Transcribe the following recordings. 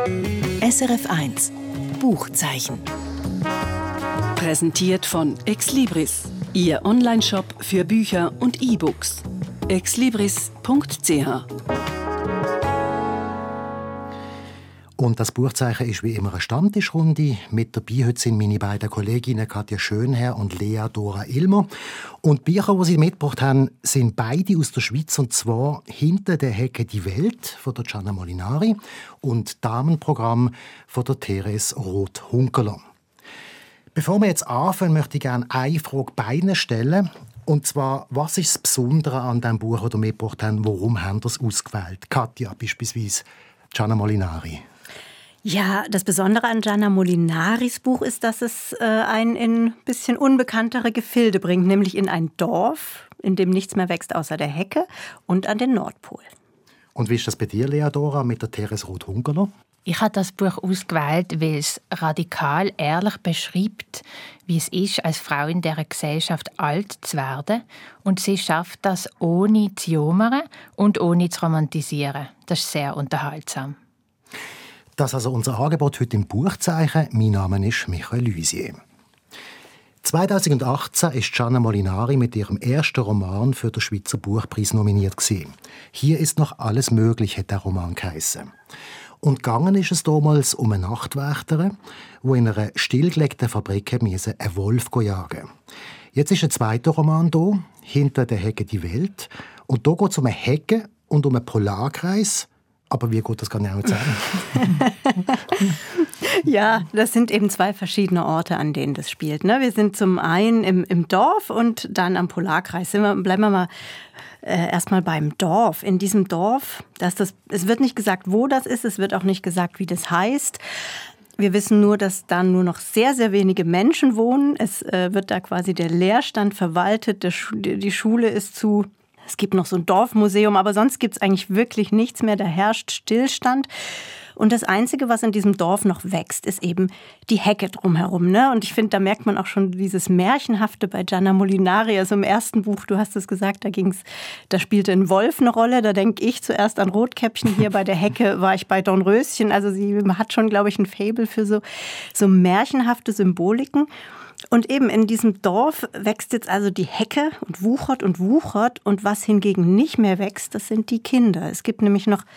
SRF 1 Buchzeichen. Präsentiert von Exlibris, Ihr Onlineshop für Bücher und E-Books. exlibris.ch. Und das Buchzeichen ist wie immer eine Stammtischrunde. Mit dabei heute sind meine beiden Kolleginnen Katja Schönherr und Lea Dora Ilmer. Und die Bücher, die sie mitgebracht haben, sind beide aus der Schweiz. Und zwar «Hinter der Hecke die Welt» von der Gianna Molinari und «Damenprogramm» von der Therese Roth-Hunkeler. Bevor wir jetzt anfangen, möchte ich gerne eine Frage beiden stellen. Und zwar, was ist das Besondere an dem Buch, das ihr mitgebracht habt? Warum habt ihr es ausgewählt? Katja, beispielsweise Gianna Molinari. Ja, das Besondere an Gianna Molinaris Buch ist, dass es einen in ein bisschen unbekanntere Gefilde bringt, nämlich in ein Dorf, in dem nichts mehr wächst außer der Hecke, und an den Nordpol. Und wie ist das bei dir, Lea Dora, mit der Therese Roth-Hunkeler? Ich habe das Buch ausgewählt, weil es radikal ehrlich beschreibt, wie es ist, als Frau in dieser Gesellschaft alt zu werden. Und sie schafft das ohne zu jammern und ohne zu romantisieren. Das ist sehr unterhaltsam. Das ist also unser Angebot heute im Buchzeichen. Mein Name ist Michael Lysier. 2018 ist Gianna Molinari mit ihrem ersten Roman für den Schweizer Buchpreis nominiert gewesen. «Hier ist noch alles möglich», hat der Roman geheissen. Und gegangen ist es damals um eine Nachtwächterin, die in einer stillgelegten Fabrik einen Wolf jagen musste. Jetzt ist ein zweiter Roman da, «Hinter der Hecke die Welt». Und da geht es um eine Hecke und um einen Polarkreis. Aber wie geht das gar nicht zusammen? Ja, das sind eben zwei verschiedene Orte, an denen das spielt. Wir sind zum einen im Dorf und dann am Polarkreis. Bleiben wir mal erstmal beim Dorf. In diesem Dorf, es wird nicht gesagt, wo das ist, es wird auch nicht gesagt, wie das heißt. Wir wissen nur, dass da nur noch sehr, sehr wenige Menschen wohnen. Es wird da quasi der Leerstand verwaltet, die Schule ist zu. Es gibt noch so ein Dorfmuseum, aber sonst gibt es eigentlich wirklich nichts mehr. Da herrscht Stillstand. Und das Einzige, was in diesem Dorf noch wächst, ist eben die Hecke drumherum. Und ich finde, da merkt man auch schon dieses Märchenhafte bei Gianna Molinari. Also im ersten Buch, du hast es gesagt, da spielte ein Wolf eine Rolle. Da denke ich zuerst an Rotkäppchen. Hier bei der Hecke war ich bei Dornröschen. Also sie hat schon, glaube ich, ein Faible für so märchenhafte Symboliken. Und eben in diesem Dorf wächst jetzt also die Hecke und wuchert und wuchert. Und was hingegen nicht mehr wächst, das sind die Kinder. Es gibt nämlich noch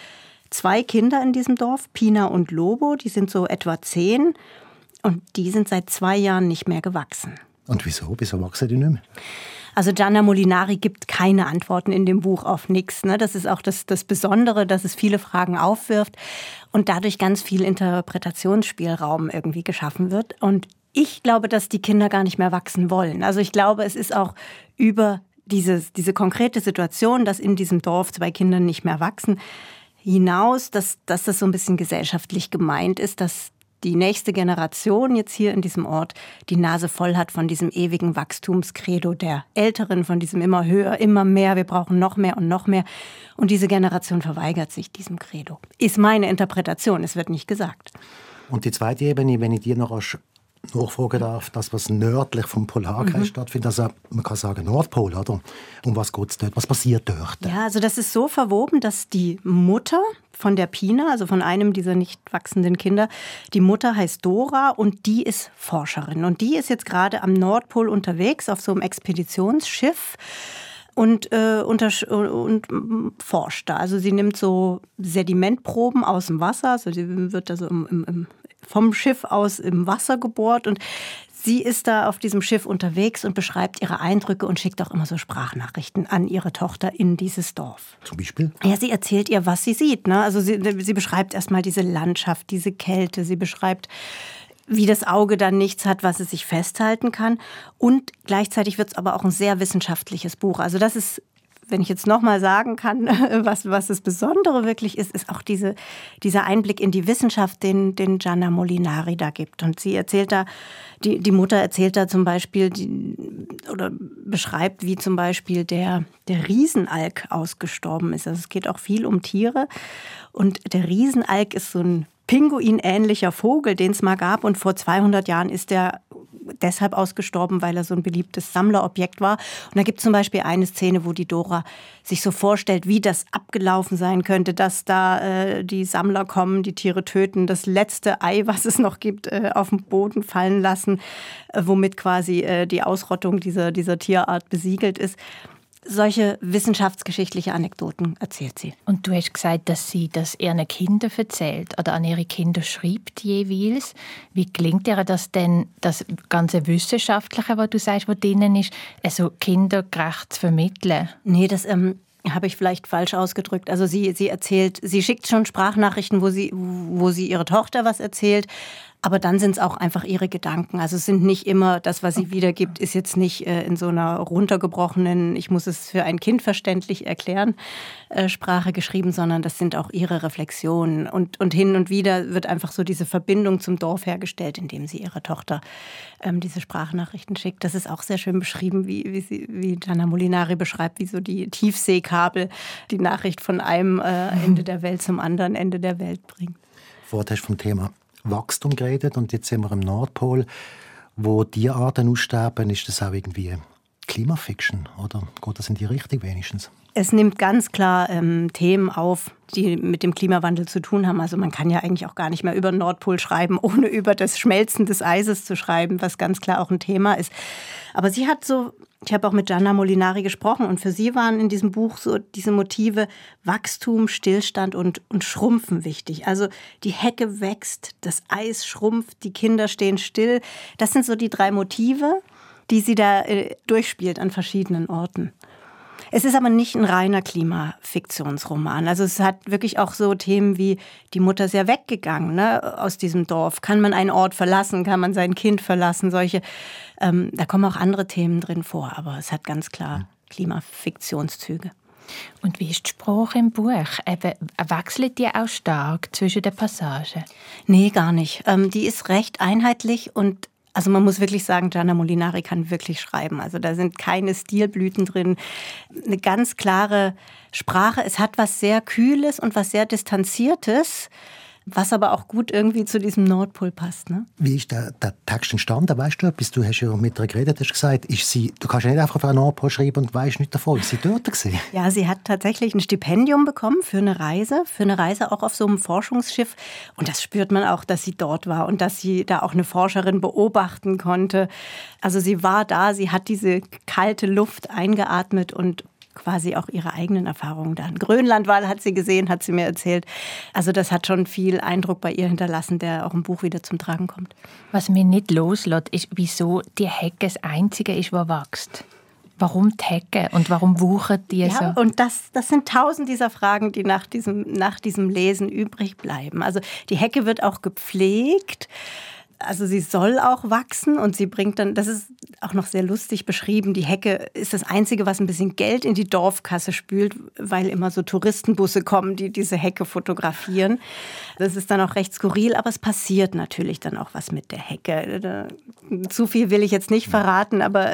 2 Kinder in diesem Dorf, Pina und Lobo. Die sind so etwa 10 und die sind seit 2 Jahren nicht mehr gewachsen. Und wieso? Wieso wachsen die nicht mehr? Also Gianna Molinari gibt keine Antworten in dem Buch auf nichts. Das ist auch das Besondere, dass es viele Fragen aufwirft und dadurch ganz viel Interpretationsspielraum irgendwie geschaffen wird. Und ich glaube, dass die Kinder gar nicht mehr wachsen wollen. Also ich glaube, es ist auch über diese konkrete Situation, dass in diesem Dorf 2 Kinder nicht mehr wachsen, hinaus, dass das so ein bisschen gesellschaftlich gemeint ist, dass die nächste Generation jetzt hier in diesem Ort die Nase voll hat von diesem ewigen Wachstumskredo der Älteren, von diesem immer höher, immer mehr, wir brauchen noch mehr und noch mehr. Und diese Generation verweigert sich diesem Credo. Ist meine Interpretation, es wird nicht gesagt. Und die zweite Ebene, wenn ich dir noch nachfragen darf, das, was nördlich vom Polarkreis stattfindet, also man kann sagen Nordpol, oder? Um was geht es dort? Was passiert dort? Ja, also das ist so verwoben, dass die Mutter von der Pina, also von einem dieser nicht wachsenden Kinder, die Mutter heißt Dora und die ist Forscherin. Und die ist jetzt gerade am Nordpol unterwegs auf so einem Expeditionsschiff und forscht da. Also sie nimmt so Sedimentproben aus dem Wasser, also sie wird da so vom Schiff aus im Wasser gebohrt und sie ist da auf diesem Schiff unterwegs und beschreibt ihre Eindrücke und schickt auch immer so Sprachnachrichten an ihre Tochter in dieses Dorf. Zum Beispiel? Ja, sie erzählt ihr, was sie sieht. Also sie beschreibt erstmal diese Landschaft, diese Kälte. Sie beschreibt, wie das Auge dann nichts hat, was es sich festhalten kann. Und gleichzeitig wird es aber auch ein sehr wissenschaftliches Buch. Also das ist, wenn ich jetzt nochmal sagen kann, was das Besondere wirklich ist auch dieser Einblick in die Wissenschaft, den Gianna Molinari da gibt. Und sie erzählt da, die Mutter erzählt da zum Beispiel, oder beschreibt, wie zum Beispiel der Riesenalk ausgestorben ist. Also es geht auch viel um Tiere. Und der Riesenalk ist so ein pinguinähnlicher Vogel, den es mal gab. Und vor 200 Jahren ist der deshalb ausgestorben, weil er so ein beliebtes Sammlerobjekt war. Und da gibt es zum Beispiel eine Szene, wo die Dora sich so vorstellt, wie das abgelaufen sein könnte, dass da die Sammler kommen, die Tiere töten, das letzte Ei, was es noch gibt, auf den Boden fallen lassen, womit quasi die Ausrottung dieser Tierart besiegelt ist. Solche wissenschaftsgeschichtliche Anekdoten erzählt sie. Und du hast gesagt, dass sie das ihren Kindern erzählt oder an ihre Kinder schreibt jeweils. Wie gelingt ihr das denn, das ganze Wissenschaftliche, was du sagst, was drinnen ist, also kindergerecht zu vermitteln? Nee, das habe ich vielleicht falsch ausgedrückt. Also sie erzählt, sie schickt schon Sprachnachrichten, wo sie ihrer Tochter was erzählt. Aber dann sind es auch einfach ihre Gedanken. Also es sind nicht immer, das, was sie wiedergibt, ist jetzt nicht in so einer runtergebrochenen, ich muss es für ein Kind verständlich erklären, Sprache geschrieben, sondern das sind auch ihre Reflexionen. Und hin und wieder wird einfach so diese Verbindung zum Dorf hergestellt, indem sie ihrer Tochter diese Sprachnachrichten schickt. Das ist auch sehr schön beschrieben, wie Gianna Molinari beschreibt, wie so die Tiefseekabel die Nachricht von einem Ende der Welt zum anderen Ende der Welt bringt. Vorher vom Thema Wachstum geredet und jetzt sind wir im Nordpol, wo Tierarten aussterben. Ist das auch irgendwie Klimafiction oder geht das in die Richtung wenigstens? Es nimmt ganz klar Themen auf, die mit dem Klimawandel zu tun haben. Also man kann ja eigentlich auch gar nicht mehr über den Nordpol schreiben, ohne über das Schmelzen des Eises zu schreiben, was ganz klar auch ein Thema ist. Aber sie hat so, ich habe auch mit Gianna Molinari gesprochen und für sie waren in diesem Buch so diese Motive Wachstum, Stillstand und Schrumpfen wichtig. Also die Hecke wächst, das Eis schrumpft, die Kinder stehen still. Das sind so die 3 Motive, die sie da durchspielt an verschiedenen Orten. Es ist aber nicht ein reiner Klimafiktionsroman. Also es hat wirklich auch so Themen wie, die Mutter ist ja weggegangen, ne, aus diesem Dorf. Kann man einen Ort verlassen? Kann man sein Kind verlassen? Solche, da kommen auch andere Themen drin vor, aber es hat ganz klar Klimafiktionszüge. Und wie ist die Sprache im Buch? Wechselt die auch stark zwischen den Passagen? Nee, gar nicht. Die ist recht einheitlich und also man muss wirklich sagen, Gianna Molinari kann wirklich schreiben. Also da sind keine Stilblüten drin. Eine ganz klare Sprache. Es hat was sehr Kühles und was sehr Distanziertes, was aber auch gut irgendwie zu diesem Nordpol passt. Ne? Wie ist der Text entstanden? Weißt du etwas? Du hast ja mit ihr geredet, hast gesagt, du kannst ja nicht einfach auf einen Nordpol schreiben und weißt nicht davon. Ist sie dort gewesen? Ja, sie hat tatsächlich ein Stipendium bekommen für eine Reise auch auf so einem Forschungsschiff. Und das spürt man auch, dass sie dort war und dass sie da auch eine Forscherin beobachten konnte. Also sie war da, sie hat diese kalte Luft eingeatmet und quasi auch ihre eigenen Erfahrungen da. Grönland hat sie gesehen, hat sie mir erzählt. Also das hat schon viel Eindruck bei ihr hinterlassen, der auch im Buch wieder zum Tragen kommt. Was mir nicht loslässt, ist, wieso die Hecke das Einzige ist, was wächst. Warum die Hecke und warum wuchert die so? Ja, und das sind 1000 dieser Fragen, die nach diesem Lesen übrig bleiben. Also die Hecke wird auch gepflegt. Also sie soll auch wachsen und sie bringt dann, das ist auch noch sehr lustig beschrieben, die Hecke ist das Einzige, was ein bisschen Geld in die Dorfkasse spült, weil immer so Touristenbusse kommen, die diese Hecke fotografieren. Das ist dann auch recht skurril, aber es passiert natürlich dann auch was mit der Hecke. Zu viel will ich jetzt nicht verraten, aber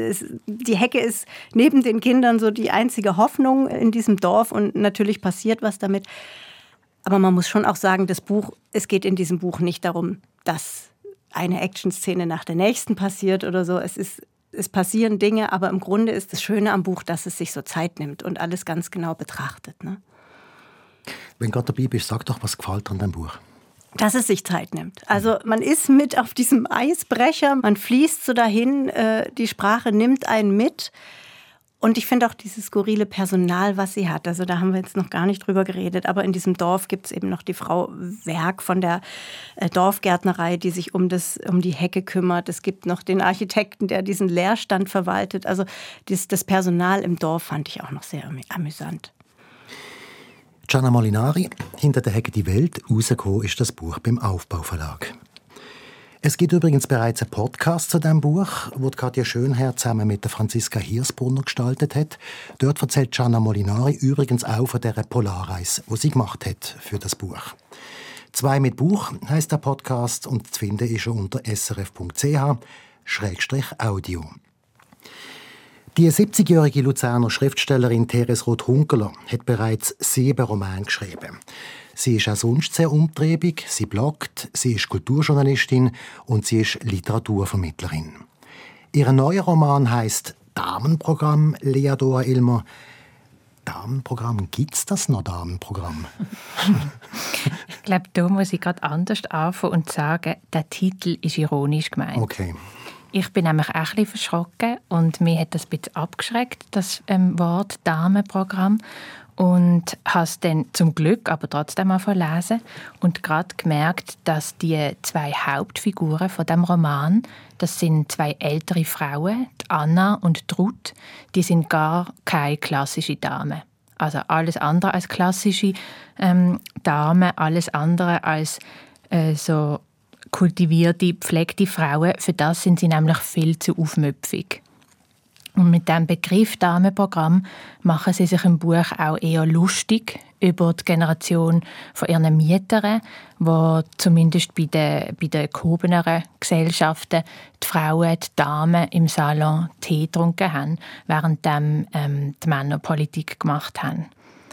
die Hecke ist neben den Kindern so die einzige Hoffnung in diesem Dorf und natürlich passiert was damit. Aber man muss schon auch sagen, es geht in diesem Buch nicht darum, dass eine Action-Szene nach der nächsten passiert oder so. Es passieren Dinge, aber im Grunde ist das Schöne am Buch, dass es sich so Zeit nimmt und alles ganz genau betrachtet. Ne? Wenn du dabei bist, sag doch, was gefällt dir an deinem Buch? Dass es sich Zeit nimmt. Also man ist mit auf diesem Eisbrecher, man fließt so dahin, die Sprache nimmt einen mit. Und ich finde auch dieses skurrile Personal, was sie hat, also da haben wir jetzt noch gar nicht drüber geredet, aber in diesem Dorf gibt es eben noch die Frau Werk von der Dorfgärtnerei, die sich um die Hecke kümmert. Es gibt noch den Architekten, der diesen Leerstand verwaltet. Also das Personal im Dorf fand ich auch noch sehr amüsant. Gianna Molinari, «Hinter der Hecke die Welt», rausgekommen ist das Buch beim Aufbau-Verlag. Es gibt übrigens bereits einen Podcast zu diesem Buch, den Katja Schönherr zusammen mit der Franziska Hirsbrunner gestaltet hat. Dort erzählt Gianna Molinari übrigens auch von dieser Polarreise, die sie gemacht hat für das Buch. «2 mit Buch» heisst der Podcast und zu finden ist er unter srf.ch/audio. Die 70-jährige Luzerner Schriftstellerin Therese Roth-Hunkeler hat bereits 7 Romane geschrieben. Sie ist auch sonst sehr umtriebig, sie bloggt, sie ist Kulturjournalistin und sie ist Literaturvermittlerin. Ihr neuer Roman heisst «Damenprogramm», Lea Dora Ilmer. Damenprogramm, gibt es das noch, Damenprogramm? Ich glaube, da muss ich gerade anders anfangen und sagen, der Titel ist ironisch gemeint. Okay. Ich bin nämlich auch ein bisschen verschrocken und mich hat das ein bisschen abgeschreckt, das Wort Damenprogramm. Und habe es dann zum Glück aber trotzdem mal verlesen und gerade gemerkt, dass die zwei Hauptfiguren von dem Roman, das sind zwei ältere Frauen, die Anna und die Ruth, die sind gar keine klassische Damen. Also alles andere als klassische Damen, alles andere als so kultivierte, gepflegte Frauen. Für das sind sie nämlich viel zu aufmüpfig. Und mit dem Begriff Damenprogramm machen sie sich im Buch auch eher lustig über die Generation von ihren Mietern, wo zumindest bei den gehobeneren Gesellschaften die Frauen, die Damen im Salon Tee getrunken haben, während die Männer Politik gemacht haben.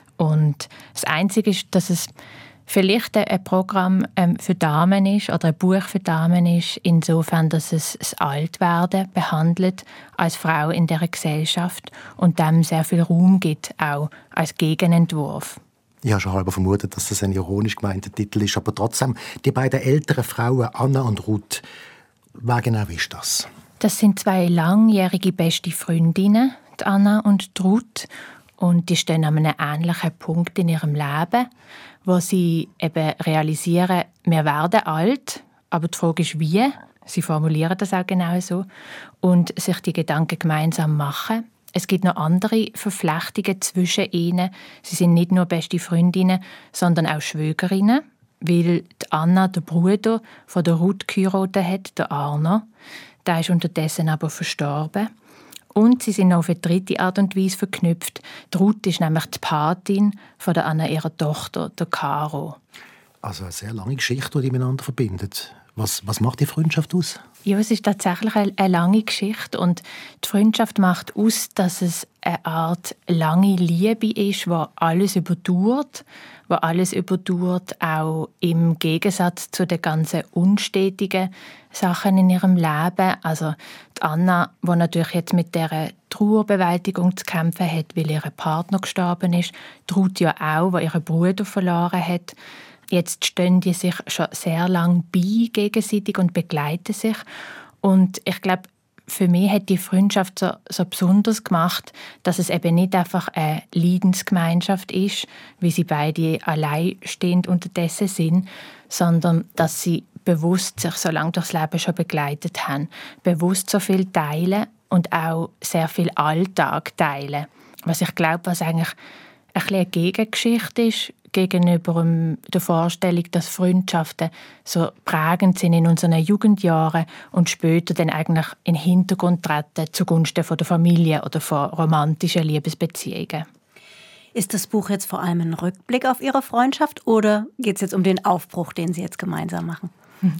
Und das Einzige ist, dass es vielleicht ein Programm für Damen ist oder ein Buch für Damen ist, insofern, dass es das Altwerden behandelt als Frau in dieser Gesellschaft und dem sehr viel Raum gibt, auch als Gegenentwurf. Ich habe schon halb vermutet, dass das ein ironisch gemeinter Titel ist, aber trotzdem, die beiden älteren Frauen, Anna und Ruth, wer genau ist das? Das sind zwei langjährige beste Freundinnen, die Anna und die Ruth, und die stehen an einem ähnlichen Punkt in ihrem Leben, wo sie eben realisieren, wir werden alt, aber die Frage ist, wie. Sie formulieren das auch genau so. Und sich die Gedanken gemeinsam machen. Es gibt noch andere Verflechtungen zwischen ihnen. Sie sind nicht nur beste Freundinnen, sondern auch Schwägerinnen, weil die Anna den Bruder von der Ruth geheiratet hat, der Arno. Der ist unterdessen aber verstorben. Und sie sind auf eine dritte Art und Weise verknüpft. Die Ruth ist nämlich die Patin von der Anna, ihrer Tochter, der Caro. Also eine sehr lange Geschichte, die miteinander verbindet. Was macht die Freundschaft aus? Ja, es ist tatsächlich eine lange Geschichte. Und die Freundschaft macht aus, dass es eine Art lange Liebe ist, die alles überdauert. Die alles überdauert, auch im Gegensatz zu den ganzen unstetigen Sachen in ihrem Leben. Also die Anna, die natürlich jetzt mit dieser Trauerbewältigung zu kämpfen hat, weil ihr Partner gestorben ist. Die Ruth ja auch, die ihren Bruder verloren hat. Jetzt stehen die sich schon sehr lange bei gegenseitig und begleiten sich. Und ich glaube, für mich hat die Freundschaft so besonders gemacht, dass es eben nicht einfach eine Leidensgemeinschaft ist, wie sie beide alleinstehend unterdessen sind, sondern dass sie bewusst sich so lange durchs Leben schon begleitet haben, bewusst so viel teilen und auch sehr viel Alltag teilen. Was ich glaube, was eigentlich ein bisschen eine Gegengeschichte ist gegenüber der Vorstellung, dass Freundschaften so prägend sind in unseren Jugendjahren und später dann eigentlich in den Hintergrund treten zugunsten von der Familie oder von romantischen Liebesbeziehungen. Ist das Buch jetzt vor allem ein Rückblick auf Ihre Freundschaft oder geht es jetzt um den Aufbruch, den Sie jetzt gemeinsam machen?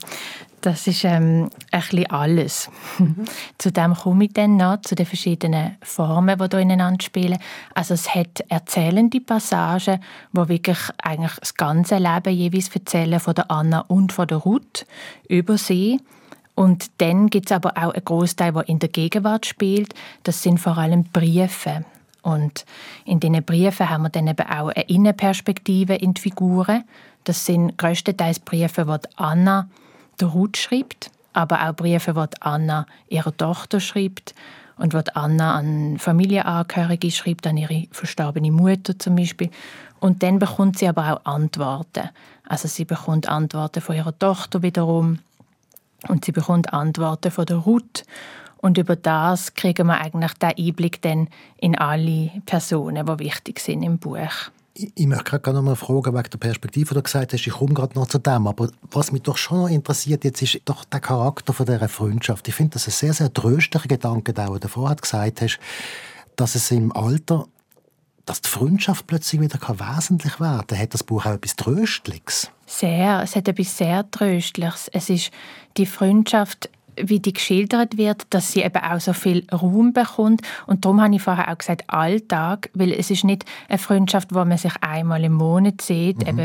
Das ist ein bisschen alles. Zu dem komme ich dann noch, zu den verschiedenen Formen, die hier ineinander spielen. Also es hat erzählende Passagen, die wirklich eigentlich das ganze Leben jeweils erzählen, von der Anna und von der Ruth über sie. Und dann gibt es aber auch einen Großteil, der in der Gegenwart spielt. Das sind vor allem Briefe. Und in diesen Briefen haben wir dann eben auch eine Innenperspektive in die Figuren. Das sind grösstenteils Briefe, die Anna der Ruth schreibt, aber auch Briefe, die Anna ihrer Tochter schreibt und die Anna an Familienangehörige schreibt, an ihre verstorbene Mutter zum Beispiel. Und dann bekommt sie aber auch Antworten. Also sie bekommt Antworten von ihrer Tochter wiederum und sie bekommt Antworten von der Ruth. Und über das kriegen wir eigentlich den Einblick dann in alle Personen, die wichtig sind im Buch. Ich möchte gerade noch mal fragen, wegen der Perspektive, die du gesagt hast, ich komme gerade noch zu dem, aber was mich doch schon noch interessiert, jetzt ist doch der Charakter von dieser Freundschaft. Ich finde das ein sehr, sehr tröstlicher Gedanke, den du davor gesagt hast, dass es im Alter, dass die Freundschaft plötzlich wieder wesentlich werden kann. Hat das Buch auch etwas Tröstliches? Sehr, es hat etwas sehr Tröstliches. Es ist die Freundschaft, wie die geschildert wird, dass sie eben auch so viel Raum bekommt. Und darum habe ich vorher auch gesagt, Alltag, weil es ist nicht eine Freundschaft, wo man sich einmal im Monat sieht, eben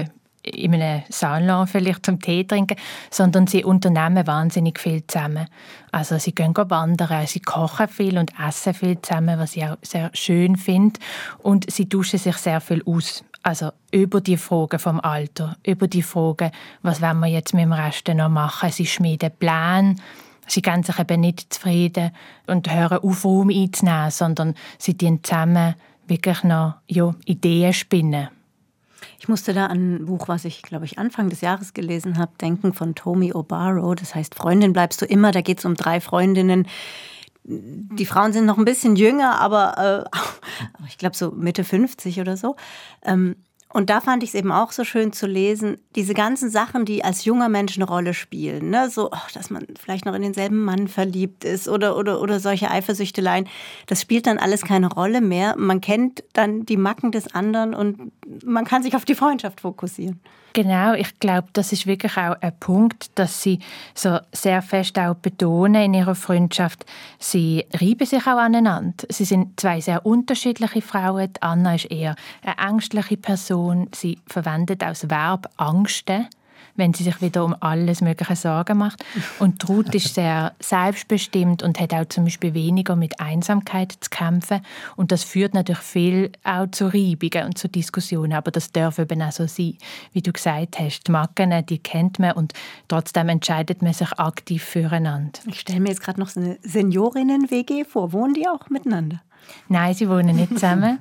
in einem Salon vielleicht zum Tee trinken, sondern sie unternehmen wahnsinnig viel zusammen. Also sie gehen wandern, sie kochen viel und essen viel zusammen, was ich auch sehr schön finde. Und sie tauschen sich sehr viel aus. Also über die Fragen vom Alter, über die Fragen, was wollen wir jetzt mit dem Rest noch machen. Sie schmieden Pläne. Sie geben sich eben nicht zufrieden und hören auf, Raum einzunehmen, sondern sie tun zusammen wirklich noch Ideen spinnen. Ich musste da an ein Buch, was ich, glaube ich, Anfang des Jahres gelesen habe, denken, von Tomie O'Barrow. Das heißt, Freundin bleibst du immer. Da geht es um 3 Freundinnen. Die Frauen sind noch ein bisschen jünger, aber ich glaube so Mitte 50 oder so. Und da fand ich es eben auch so schön zu lesen, diese ganzen Sachen, die als junger Mensch eine Rolle spielen. Ne? So, dass man vielleicht noch in denselben Mann verliebt ist oder solche Eifersüchteleien. Das spielt dann alles keine Rolle mehr. Man kennt dann die Macken des anderen und man kann sich auf die Freundschaft fokussieren. Genau, ich glaube, das ist wirklich auch ein Punkt, dass sie so sehr fest auch betonen in ihrer Freundschaft. Sie reiben sich auch aneinander. Sie sind 2 sehr unterschiedliche Frauen. Die Anna ist eher eine ängstliche Person. Sie verwendet auch das Verb angsten, wenn sie sich wieder um alles Mögliche Sorgen macht. Und Ruth ist sehr selbstbestimmt und hat auch zum Beispiel weniger mit Einsamkeit zu kämpfen. Und das führt natürlich viel auch zu Reibungen und zu Diskussionen. Aber das darf eben auch so sein. Wie du gesagt hast, die Macken, die kennt man und trotzdem entscheidet man sich aktiv füreinander. Ich stelle mir jetzt gerade noch so eine Seniorinnen-WG vor. Wohnen die auch miteinander? Nein, sie wohnen nicht zusammen.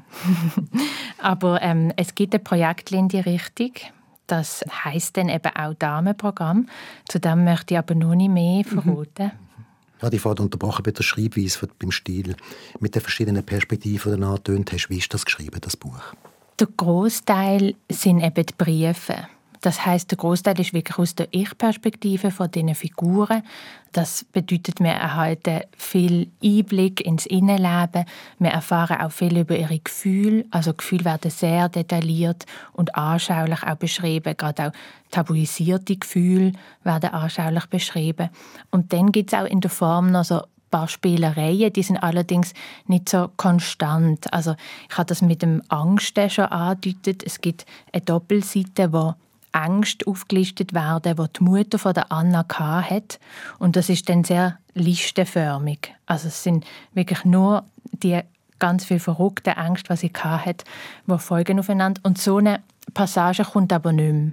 Aber es gibt ein Projekt in die Richtung. Das heisst dann eben auch Damenprogramm. Zu dem möchte ich aber noch nicht mehr verraten. Ja, die Frage unterbrochen bei der Schreibweise, beim Stil, mit den verschiedenen Perspektiven, die du angetönt hast. Wie ist das geschrieben, das Buch? Der Grossteil sind eben die Briefe. Das heisst, der Grossteil ist wirklich aus der Ich-Perspektive von diesen Figuren. Das bedeutet, wir erhalten viel Einblick ins Innenleben. Wir erfahren auch viel über ihre Gefühle. Also Gefühle werden sehr detailliert und anschaulich auch beschrieben. Gerade auch tabuisierte Gefühle werden anschaulich beschrieben. Und dann gibt es auch in der Form noch so ein paar Spielereien, die sind allerdings nicht so konstant. Also ich habe das mit dem Angsten schon angedeutet. Es gibt eine Doppelseite, wo Ängste aufgelistet werden, die die Mutter von der Anna hatte. Und das ist dann sehr listenförmig. Also es sind wirklich nur die ganz viel verrückten Ängste, die sie hatte, die folgen aufeinander. Und so eine Passage kommt aber nicht mehr.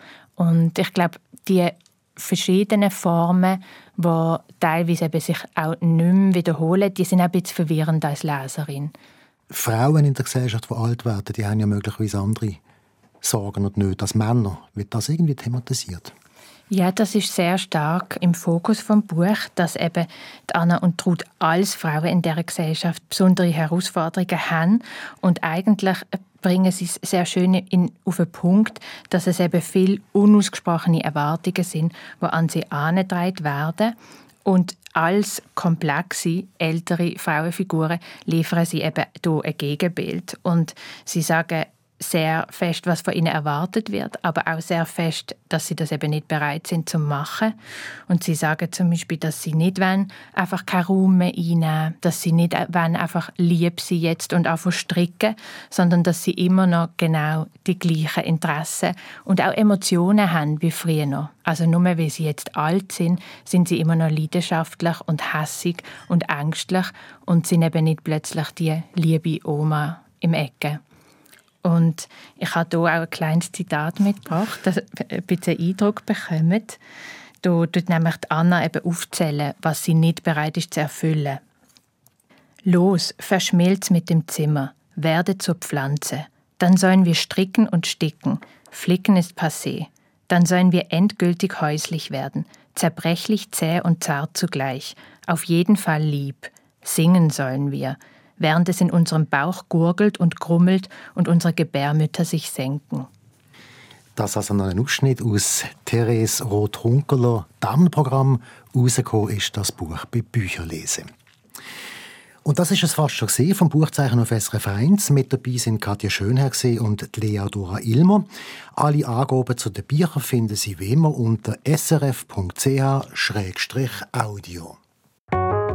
Und ich glaube, die verschiedenen Formen, die teilweise eben sich auch nicht mehr wiederholen, die sind auch ein bisschen verwirrend als Leserin. Frauen in der Gesellschaft, die alt werden, die haben ja möglicherweise andere Sorgen und Nöte als Männer. Wird das irgendwie thematisiert? Ja, das ist sehr stark im Fokus vom Buch, dass eben die Anna und Ruth als Frauen in dieser Gesellschaft besondere Herausforderungen haben. Und eigentlich bringen sie es sehr schön auf den Punkt, dass es eben viele unausgesprochene Erwartungen sind, die an sie herangetragen werden. Und als komplexe, ältere Frauenfiguren liefern sie eben hier ein Gegenbild. Und sie sagen sehr fest, was von ihnen erwartet wird, aber auch sehr fest, dass sie das eben nicht bereit sind zu machen. Und sie sagen zum Beispiel, dass sie nicht einfach keinen Raum mehr einnehmen, dass sie nicht einfach lieb sind jetzt und einfach stricken, sondern dass sie immer noch genau die gleichen Interessen und auch Emotionen haben wie früher noch. Also nur weil sie jetzt alt sind sie immer noch leidenschaftlich und hässig und ängstlich und sind eben nicht plötzlich die liebe Oma im Ecke. Und ich habe hier auch ein kleines Zitat mitgebracht, das ein bisschen Eindruck bekommt. Da tut nämlich die Anna eben aufzählen, was sie nicht bereit ist zu erfüllen. Los, verschmilzt mit dem Zimmer, werde zur Pflanze. Dann sollen wir stricken und sticken. Flicken ist passé. Dann sollen wir endgültig häuslich werden. Zerbrechlich, zäh und zart zugleich. Auf jeden Fall lieb. Singen sollen wir, während es in unserem Bauch gurgelt und grummelt und unsere Gebärmütter sich senken. Das ist also noch ein Ausschnitt aus Therese Roth-Runkeler Damenprogramm. Rausgekommen ist das Buch bei Bücherlese. Und das ist es fast schon gesehen vom Buchzeichen auf SRF 1. Mit dabei sind Katja Schönherr und Lea Dora Ilmer. Alle Angaben zu den Büchern finden Sie wie immer unter srf.ch/audio.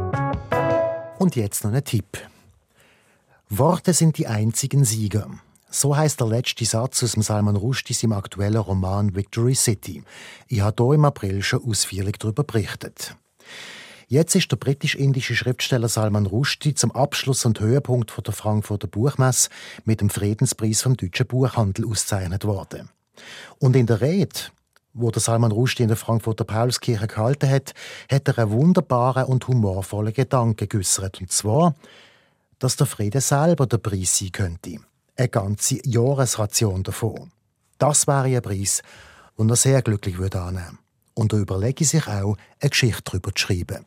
Und jetzt noch ein Tipp. Worte sind die einzigen Sieger. So heisst der letzte Satz aus dem Salman Rushdie im aktuellen Roman Victory City. Ich habe hier im April schon ausführlich darüber berichtet. Jetzt ist der britisch-indische Schriftsteller Salman Rushdie zum Abschluss und Höhepunkt der Frankfurter Buchmesse mit dem Friedenspreis vom deutschen Buchhandel ausgezeichnet worden. Und in der Rede, wo der Salman Rushdie in der Frankfurter Paulskirche gehalten hat, hat er einen wunderbaren und humorvollen Gedanken geäussert. Und zwar, dass der Friede selber der Preis sein könnte. Eine ganze Jahresration davon. Das wäre ein Preis, den er sehr glücklich annehmen würde. Und er überlege sich auch, eine Geschichte darüber zu schreiben.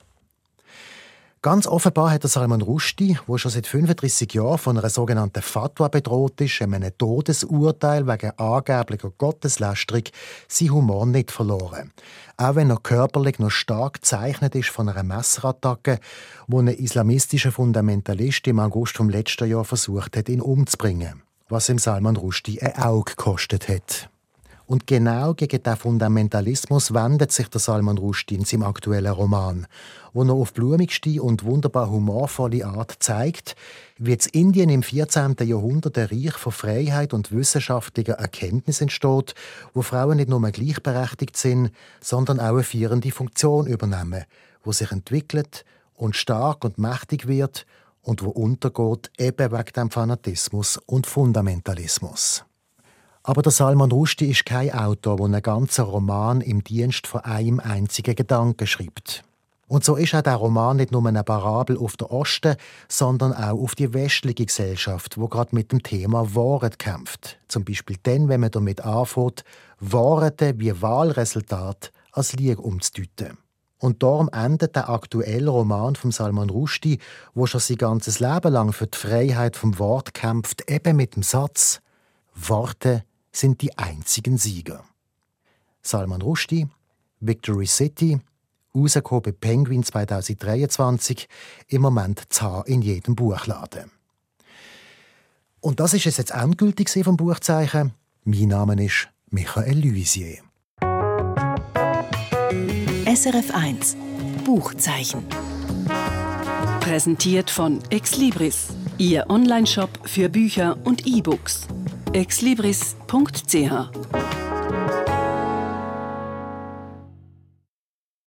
Ganz offenbar hat der Salman Rushdie, der schon seit 35 Jahren von einer sogenannten Fatwa bedroht ist, einem Todesurteil wegen angeblicher Gotteslästerung, seinen Humor nicht verloren. Auch wenn er körperlich noch stark gezeichnet ist von einer Messerattacke, die ein islamistischer Fundamentalist im August vom letzten Jahr versucht hat, ihn umzubringen. Was ihm Salman Rushdie ein Auge gekostet hat. Und genau gegen diesen Fundamentalismus wendet sich der Salman Rushdie in seinem aktuellen Roman, wo er auf blumigste und wunderbar humorvolle Art zeigt, wie in Indien im 14. Jahrhundert ein Reich von Freiheit und wissenschaftlicher Erkenntnis entsteht, wo Frauen nicht nur gleichberechtigt sind, sondern auch eine führende Funktion übernehmen, wo sich entwickelt und stark und mächtig wird und wo untergeht eben wegen dem Fanatismus und Fundamentalismus. Aber der Salman Rushdie ist kein Autor, der einen ganzen Roman im Dienst von einem einzigen Gedanken schreibt. Und so ist auch der Roman nicht nur eine Parabel auf den Osten, sondern auch auf die westliche Gesellschaft, die gerade mit dem Thema Wahrheit kämpft. Zum Beispiel dann, wenn man damit anfängt, Wahrheiten wie Wahlresultat als Lüge umzudeuten. Und darum endet der aktuelle Roman von Salman Rushdie, der schon sein ganzes Leben lang für die Freiheit vom Wort kämpft, eben mit dem Satz: Worte sind die einzigen Sieger. Salman Rushdie, Victory City, rausgekommen bei Penguin 2023, im Moment zu haben in jedem Buchladen. Und das ist es jetzt endgültig vom Buchzeichen. Mein Name ist Michael Luisier. SRF 1 Buchzeichen. Präsentiert von Exlibris, Ihr Onlineshop für Bücher und E-Books. exlibris.ch